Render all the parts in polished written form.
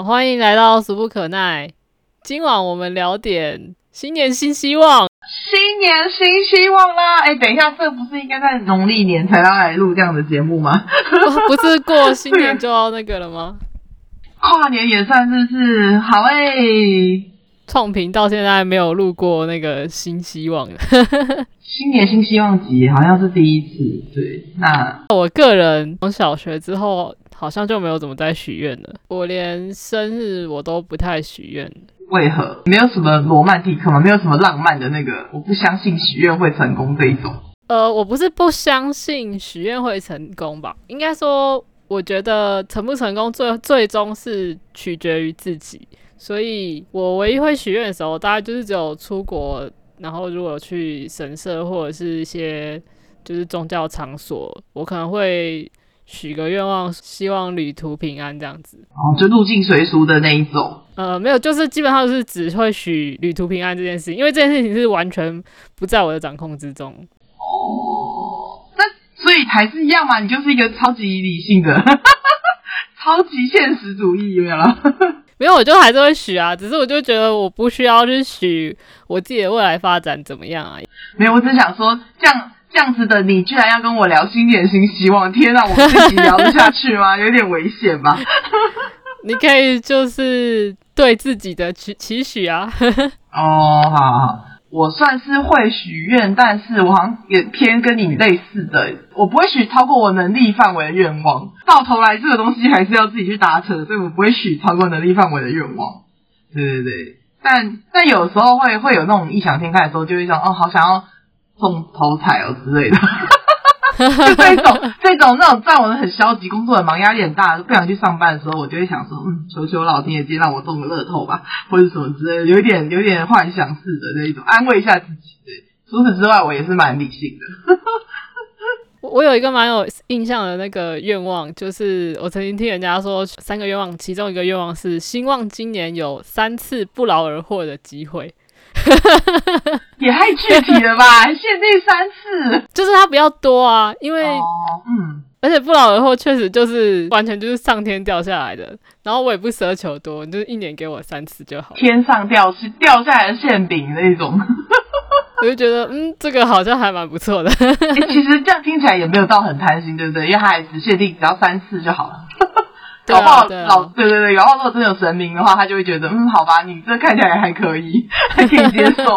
欢迎来到俗不可耐。今晚我们聊点新年新希望。 新年新希望啦！等一下，这不是应该在农历年才要来录这样的节目吗？ 不是过新年就要那个了吗？ 跨年也算是好创频到现在没有录过那个新希望的新年新希望集好像是第一次。对，那我个人从小学之后好像就没有怎么再许愿了，我连生日我都不太许愿。 为何？没有什么罗曼蒂克吗？没有什么浪漫的那个我不相信许愿会成功这一种？ 我不是不相信许愿会成功吧，应该说我觉得成不成功最终是取决于自己，所以我唯一会许愿的时候大概就是只有出国，然后如果去神社或者是一些就是宗教场所，我可能会许个愿望，希望旅途平安这样子。 就入境随俗的那一种。 没有，就是基本上就是只会许旅途平安这件事情，因为这件事情是完全不在我的掌控之中。 那所以还是一样嘛，你就是一个超级理性的超级现实主义，有没有啦？ 没有，我就还是会许啊，只是我就觉得我不需要去许我自己的未来发展怎么样啊。 没有，我只想说这样子的你居然要跟我聊新年新希望，天哪，我们自己聊得下去吗？有点危险吧。 你可以就是对自己的期许啊。 好，我算是会许愿，但是我好像也偏跟你类似的，我不会许超过我能力范围的愿望，到头来这个东西还是要自己去达成，所以我不会许超过能力范围的愿望。对，但有时候会有那种异想天开的时候，就会想好想要中头彩之类的。就这种那种在我很消极，工作很忙，压力很大，不想去上班的时候，我就会想说，求求老天爷今天让我中个乐透吧，或者什么之类的，有点幻想式的那种，安慰一下自己。对，除此之外，我也是蛮理性的。 我有一个蛮有印象的那个愿望，就是我曾经听人家说3个愿望，其中一个愿望是希望今年有3次不劳而获的机会。 也太具体了吧，限定3次， 就是它比较多啊，因为而且不劳而获确实就是完全就是上天掉下来的，然后我也不奢求多，就是1年给我3次就好， 天上掉下来的馅饼那种。 我就觉得这个好像还蛮不错的。 其实这样听起来也没有到很贪心，对不对？因为它还只限定只要3次就好了。搞不好对，搞不好如果真的有神明的话，他就会觉得好吧，你这看起来还可以，还可以接受。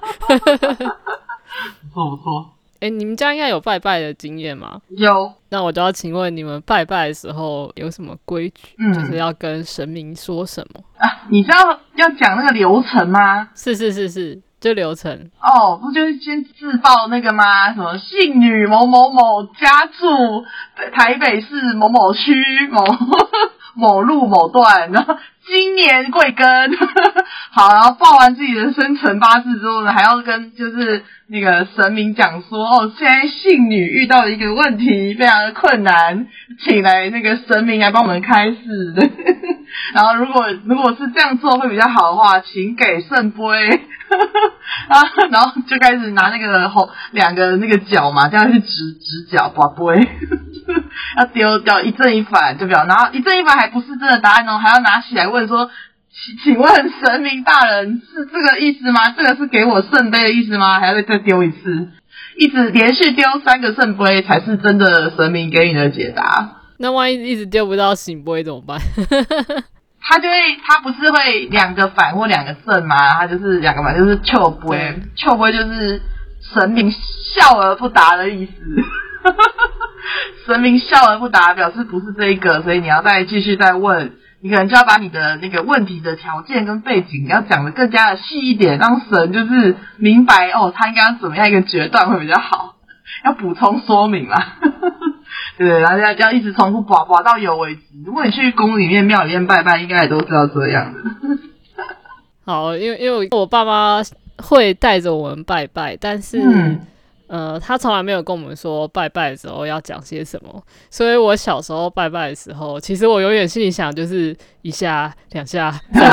不错。 你们家应该有拜拜的经验吗？ 有。 那我就要请问你们拜拜的时候有什么规矩？就是要跟神明说什么啊？你知道要讲那个流程吗？ 是，就流程不就是先自报那个吗？什么姓女某某某，家住台北市某某区某路某段，然后今年贵庚。好，然后报完自己的生辰八字之后呢，还要跟就是那个神明讲说现在姓女遇到了一个问题，非常的困难，请来那个神明来帮我们开示。然后如果是这样做会比较好的话，请给圣杯。然后就开始拿那个2个那个角嘛，这样去直角拔杯。要丢掉一正一反就表，然后一正一反还不是真的答案还要拿起来问说，请问神明大人是这个意思吗？这个是给我圣杯的意思吗？还要再丢一次，一直连续丢3个圣杯才是真的神明给你的解答。 那万一一直丢不到醒杯怎么办？ 他不是会2个反或2个正吗？他就是2个反，就是笑杯，笑杯就是神明笑而不答的意思。神明笑而不答表示不是这一个，所以你要继续问，你可能就要把你的那个问题的条件跟背景要讲得更加的细一点，让神就是明白他应该要怎么样一个决断会比较好，要补充说明啦。对，然后要一直重复拔到有为止。如果你去宫里面庙里面拜拜，应该也都是要这样的。 好，因为我爸妈会带着我们拜拜，但是他从来没有跟我们说拜拜的时候要讲些什么，所以我小时候拜拜的时候，其实我永远心里想就是1下2下3下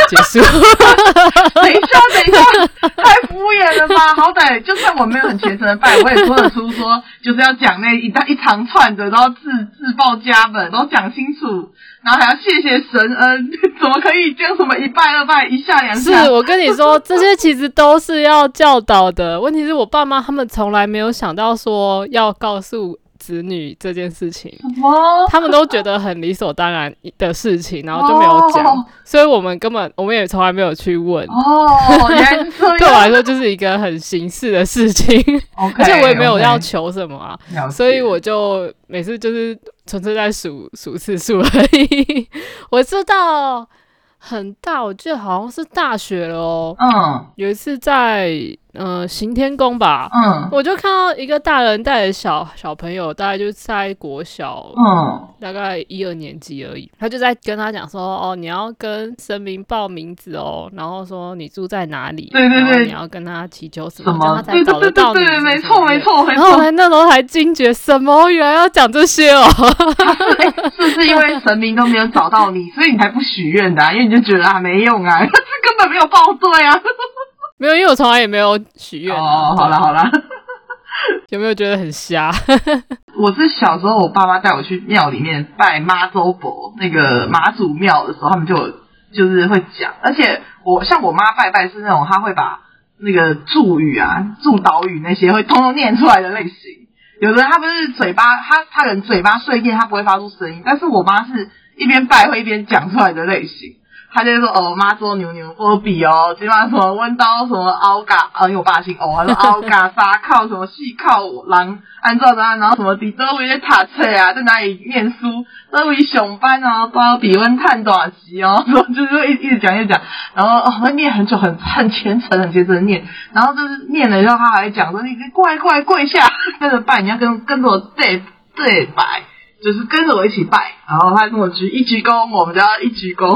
结束。 等一下，太敷衍了吧？好歹就算我没有很虔诚的拜，我也说得出说就是要讲那一长串的，然后自报家门，都讲清楚，然后还要谢谢神恩，怎么可以这样什么一拜二拜一下两下？ 是我跟你说，这些其实都是要教导的。问题是我爸妈他们从来没有想到说要告诉子女这件事情，他们都觉得很理所当然的事情，然后就没有讲，所以我们也从来没有去问。 原来是这样。 对我来说就是一个很形式的事情，而且我也没有要求什么啊，所以我就每次就是纯粹在数次数而已。我知道很大，我记得好像是大学了哦。有一次在行天宫吧，我就看到一个大人带着小朋友，大概就在国小，大概1、2年级而已。他就在跟他讲说，你要跟神明报名字哦，然后说你住在哪里， 对， 然后你要跟他祈求什么，这样他才找得到你。 对，没错。 然后那时候才惊觉，什么原来要讲这些哦。 是不是因为神明都没有找到你，所以你才不许愿的因为你就觉得没用啊，这根本没有报对啊。 没有，因为我从来也没有许愿。 好啦。 有没有觉得很瞎？ 我是小时候我爸妈带我去庙里面拜妈祖婆那个妈祖庙的时候，他们就是会讲，而且像我妈拜是那种她会把那个祝语啊、祝祷语那些会通通念出来的类型。有的人他不是嘴巴，他人嘴巴碎念，他不会发出声音，但是我妈是一边拜会一边讲出来的类型。他就会说妈祖牛波比今晚什么温刀什么凹嘎因为我爸姓欧，他说凹嘎沙靠什么细靠狼按照然后什么伫倒位在读册啊，在哪里念书，倒位上班多比温探短期就是一直讲，然后会念很久，很虔诚的念，然后就是念了以后他还讲说你过来跪下，跟着拜，你要跟着我对拜。就是跟着我一起拜，然后他跟我一鞠躬，我们就要一鞠躬。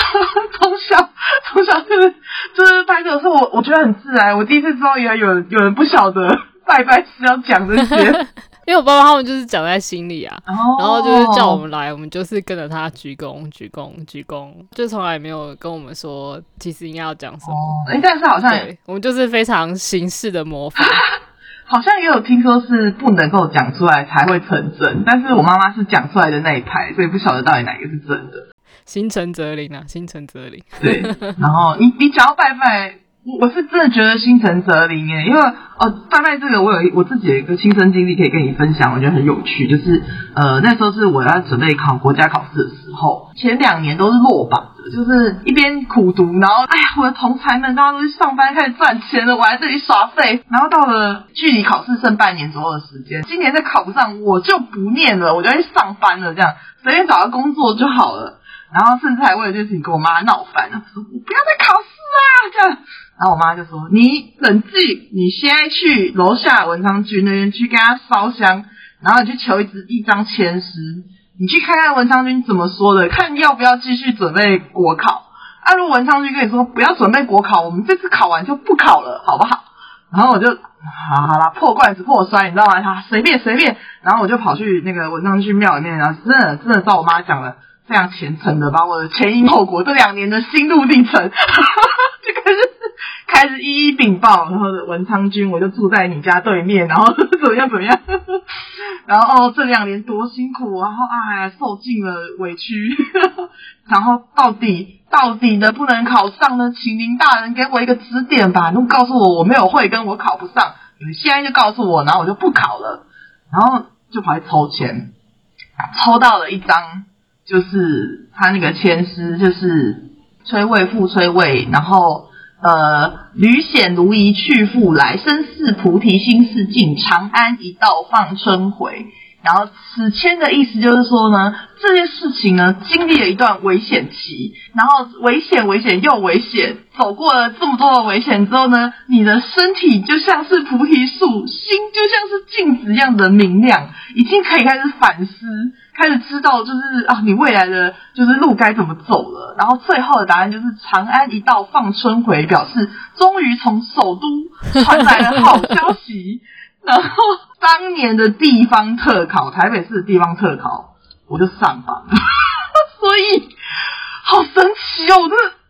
从小就是拜这个是我觉得很自然。我第一次知道原来有人不晓得拜是要讲这些， 因为我爸爸他们就是讲在心里啊，然后就是叫我们来，我们就是跟着他鞠躬，就从来没有跟我们说其实应该要讲什么。 但是好像对我们就是非常形式的模仿。 好像也有听说是不能够讲出来才会成真，但是我妈妈是讲出来的那一派，所以不晓得到底哪一个是真的。 心诚则灵啊，心诚则灵。 对，然后你讲到拜，我是真的觉得心诚则灵因为大概这个我自己有一个亲身经历可以跟你分享，我觉得很有趣，就是那时候是我要准备考国家考试的时候，前2年都是落榜的，就是一边苦读，然后我的同才们大家都去上班开始赚钱了，我还在这里耍废，然后到了距离考试剩半年左右的时间，今年再考不上我就不念了，我就去上班了，这样随便找个工作就好了，然后甚至还为了这件事情跟我妈闹翻，她说我不要再考试啊这样。然后我妈就说你冷静，你现在去楼下文昌君那边去跟他烧香，然后你去求一张签诗，你去看看文昌君怎么说的，看要不要继续准备国考如果文昌君跟你说不要准备国考，我们这次考完就不考了好不好。然后我就好啦，破罐子破摔你知道吗，随便，然后我就跑去那个文昌君庙里面，然后真的照我妈讲了非常虔诚的把我的前因后果这2年的心路历程就开始一一禀报，然后文昌君我就住在你家对面，然后怎么样然后这2年多辛苦，然后受尽了委屈然后到底的不能考上呢，请您大人给我一个指点吧，如果告诉我没有会跟我考不上，你现在就告诉我，然后我就不考了，然后就跑去抽签，抽到了一张就是他那个签诗，就是催位复催位，然后履显如仪去复来，身似菩提心似镜，长安一道放春回。然后此签的意思就是说呢，这件事情呢经历了一段危险期，然后危险又危险，走过了这么多的危险之后呢，你的身体就像是菩提树，心就像是镜子一样的明亮，已经可以开始反思，开始知道就是你未来的就是路该怎么走了。然后最后的答案就是长安一道放春回，表示终于从首都传来了好消息。然后当年的地方特考，台北市的地方特考，我就上榜了所以好神奇我真的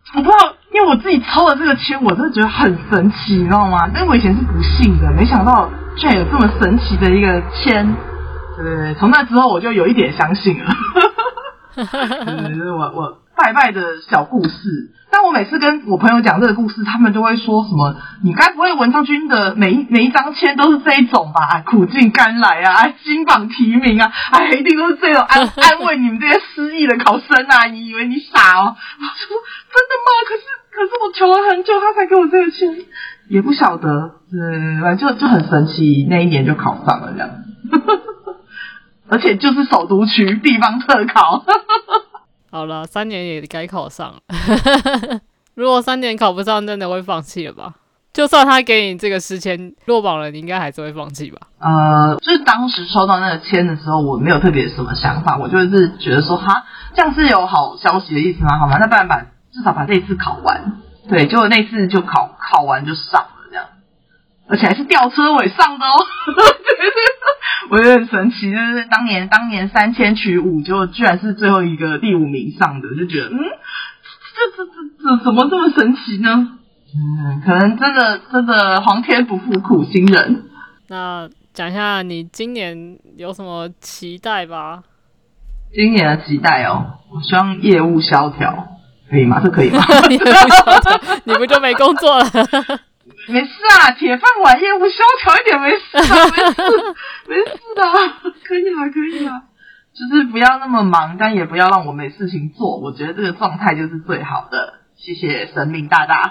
我不知道，因为我自己抽了这个签，我真的觉得很神奇，你知道吗？因为我以前是不信的，没想到居然有这么神奇的一个签。对，从那之后我就有一点相信了。对，我拜拜的小故事。但我每次跟我朋友讲这个故事，他们就会说什么：“你该不会文昌君的每一张签都是这一种吧？苦尽甘来啊，金榜题名啊，一定都是这种安慰你们这些失意的考生啊！你以为你傻哦？”我说：“真的吗？可是我求了很久，他才给我这个签，也不晓得。对，反正就很神奇，那一年就考上了这样。而且就是首都区地方特考。 好了，3年也该考上了。如果3年考不上，真的会放弃了吧？就算他给你这个10签落榜了，你应该还是会放弃吧？ 就是当时收到那个签的时候，我没有特别什么想法，我就是觉得说，哈，这样是有好消息的意思吗？好吗？那不然至少把这一次考完。对，结果那次就考完就上了这样，而且还是吊车尾上的哦。我觉得很神奇，就是当年3签取5，就居然是最后一个第5名上的，就觉得这怎么这么神奇呢？可能真的皇天不负苦心人。 那讲一下你今年有什么期待吧？ 今年的期待哦，我希望业务萧条，可以吗？这可以吗？ 业务萧条，你不就没工作了？ 没事啊，铁饭碗业务萧条一点没事啊，没事的，可以啦，就是不要那么忙，但也不要让我没事情做，我觉得这个状态就是最好的。谢谢神明大大。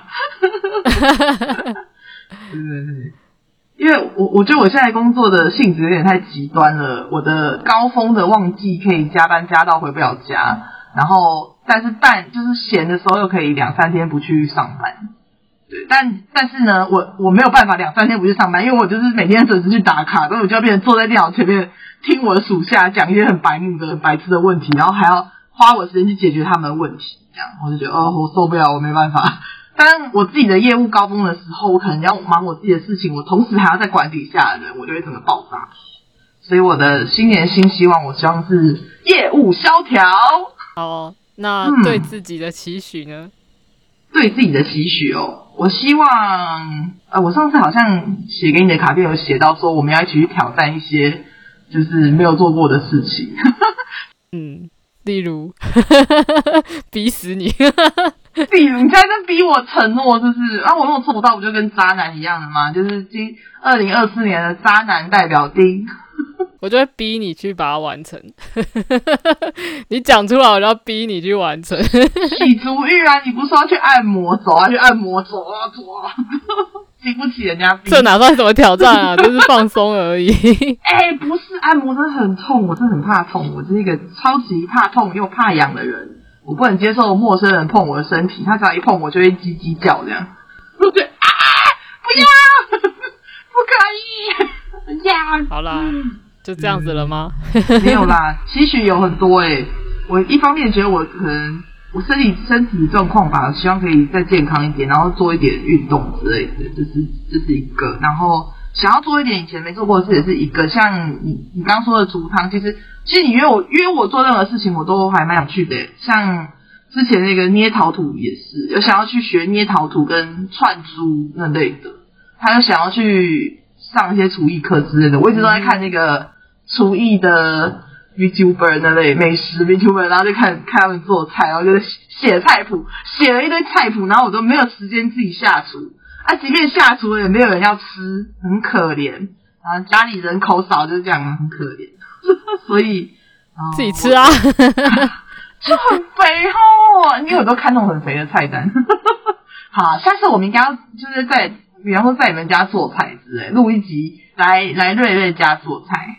对，因为我觉得我现在工作的性质有点太极端了，我的高峰的旺季可以加班加到回不了家，然后但是就是闲的时候又可以2-3天不去上班。对，但是呢，我没有办法2-3天不去上班，因为我就是每天准时去打卡，所以我就要变成坐在电脑前面听我的属下讲一些很白目的、很白痴的问题，然后还要花我时间去解决他们的问题，这样我就觉得我受不了，我没办法。当我自己的业务高峰的时候，我可能要忙我自己的事情，我同时还要在管底下的人，我就会整个爆炸。所以我的新年新希望，我希望是业务萧条。 好，那对自己的期许呢？ 对自己的期许哦，我希望我上次好像写给你的卡片有写到说，我们要一起去挑战一些就是没有做过的事情。 例如逼死你。 例如你在那逼我承诺，就是我如果做不到，不就跟渣男一样的吗？就是2024年的渣男代表丁。 我就会逼你去把它完成。你讲出来，我就要逼你去完成。 洗足浴啊，你不是说要去按摩，走啊，去按摩，走啊，经不起人家逼。 这哪算什么挑战啊？就是放松而已。 不是，按摩真的很痛，我真的很怕痛，我是一个超级怕痛又怕痒的人，我不能接受陌生人碰我的身体，他只要一碰我就会叽叽叫这样。我觉得不要，不可以，呀。 好啦。就这样子了吗？ 没有啦，期许有很多我一方面觉得我可能我身体状况吧，希望可以再健康一点，然后做一点运动之类的，这是一个。然后想要做一点以前没做过的事也是一个，像你刚刚说的竹汤，其实你约我做任何事情我都还蛮想去的，像之前那个捏陶土也是，有想要去学捏陶土跟串珠那类的，还有想要去上一些厨艺课之类的，我一直都在看那个厨艺的 VTuber 那类美食 VTuber， 然后就看他们做菜，然后就写菜谱，写了一堆菜谱，然后我都没有时间自己下厨即便下厨了也没有人要吃，很可怜。然后家里人口少，就这样很可怜。所以自己吃啊， 就很肥哦，因为我都看那种很肥的菜单。好，下次我们应该要就是比方说在你们家做菜之类，录一集来瑞瑞家做菜。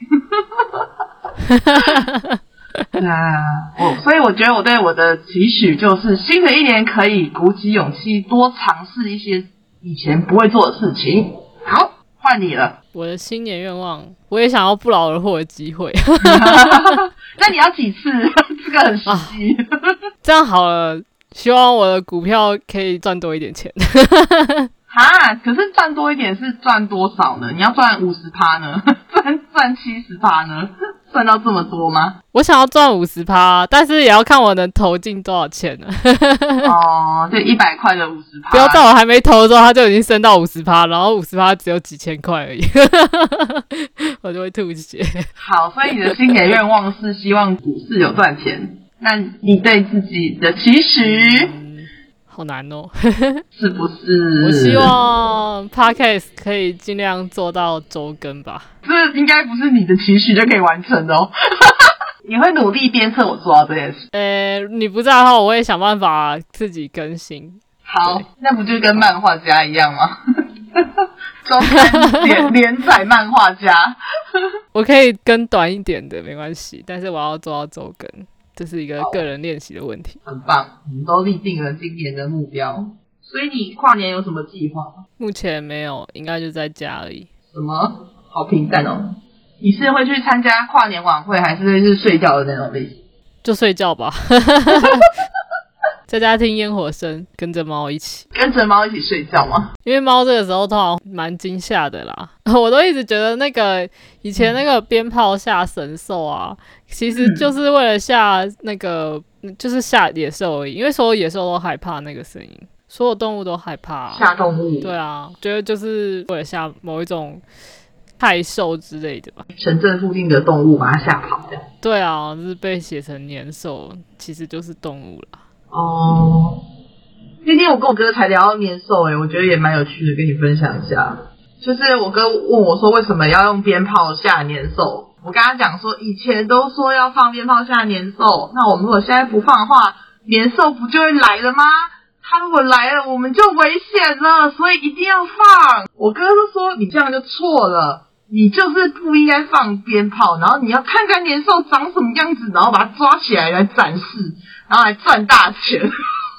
所以我觉得我对我的期许就是新的一年可以鼓起勇气多尝试一些以前不会做的事情。好，换你了。 我的新年愿望，我也想要不劳而获的机会。 那你要几次？这个很实际。 这样好了，希望我的股票可以赚多一点钱。 可是赚多一点是赚多少呢？你要赚50%呢？赚70%呢？ 赚到这么多吗？ 我想要赚50%，但是也要看我能投进多少钱了。 哦，就100块的50%， 不要在我还没投的时候，它就已经升到50%，然后50%只有几千块而已，我就会吐血。 好，所以你的新年愿望是希望股市有赚钱，那你对自己的期许？ 好难哦， 是不是？ 我希望 Podcast 可以尽量做到周更吧。 这应该不是你的期许就可以完成的哦。你会努力鞭策我做到这件事。 你不在的话，我会想办法自己更新。 好，那不就跟漫画家一样吗？周刊连载漫画家。 我可以更短一点的，没关系，但是我要做到周更。这是一个个人练习的问题。 很棒，我们都立定了今年的目标。所以你跨年有什么计划吗？ 目前没有，应该就在家而已。 什么？好平淡哦。你是会去参加跨年晚会，还是会是睡觉的那种类型？ 就睡觉吧。在家听烟火声，跟着猫一起。 跟着猫一起睡觉吗？ 因为猫这个时候通常蛮惊吓的啦。我都一直觉得那个以前那个鞭炮吓神兽啊，其实就是为了吓那个就是吓野兽而已，因为所有野兽都害怕那个声音，所有动物都害怕吓动物。 对啊，觉得就是为了吓某一种害兽之类的吧。 城镇附近的动物把它吓跑的。 对啊，就是被写成年兽，其实就是动物啦。 哦，那天我跟我哥才聊到年兽我觉得也蛮有趣的，跟你分享一下。就是我哥问我说为什么要用鞭炮吓年兽，我跟他讲说以前都说要放鞭炮吓年兽，那我们如果现在不放的话，年兽不就会来了吗？他如果来了我们就危险了，所以一定要放。我哥就说你这样就错了，你就是不应该放鞭炮，然后你要看看年兽长什么样子，然后把它抓起来来展示，然后来赚大钱。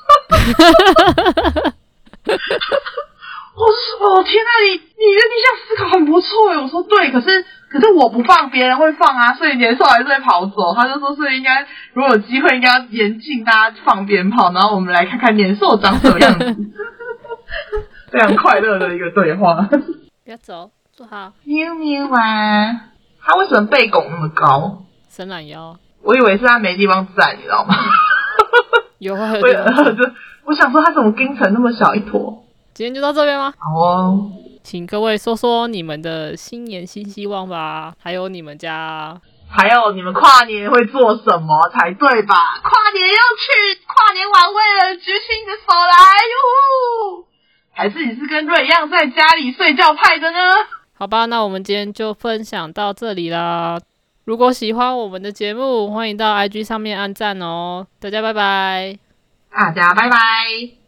我说天哪，你的逆向思考很不错耶。我说对，可是我不放，别人会放啊，所以年兽还是会跑走。他就说，所以应该如果有机会，应该要严禁大家放鞭炮，然后我们来看看年兽长什么样子。非常快乐的一个对话。 不要走，坐好。 喵喵啊！他为什么背拱那么高？ 伸懒腰。 我以为是他没地方站，你知道吗？ 有会有地方站。 我想说他怎么跟成那么小一坨？ 今天就到这边吗？ 好哦， 请各位说说你们的新年新希望吧，还有你们家， 还有你们跨年会做什么才对吧？跨年要去跨年晚会了，举起你的手来，哟呼！还是你是跟瑞一样在家里睡觉派的呢？ 好吧，那我们今天就分享到这里啦。如果喜欢我们的节目，欢迎到 IG 上面按赞哦。大家拜拜。 大家拜拜。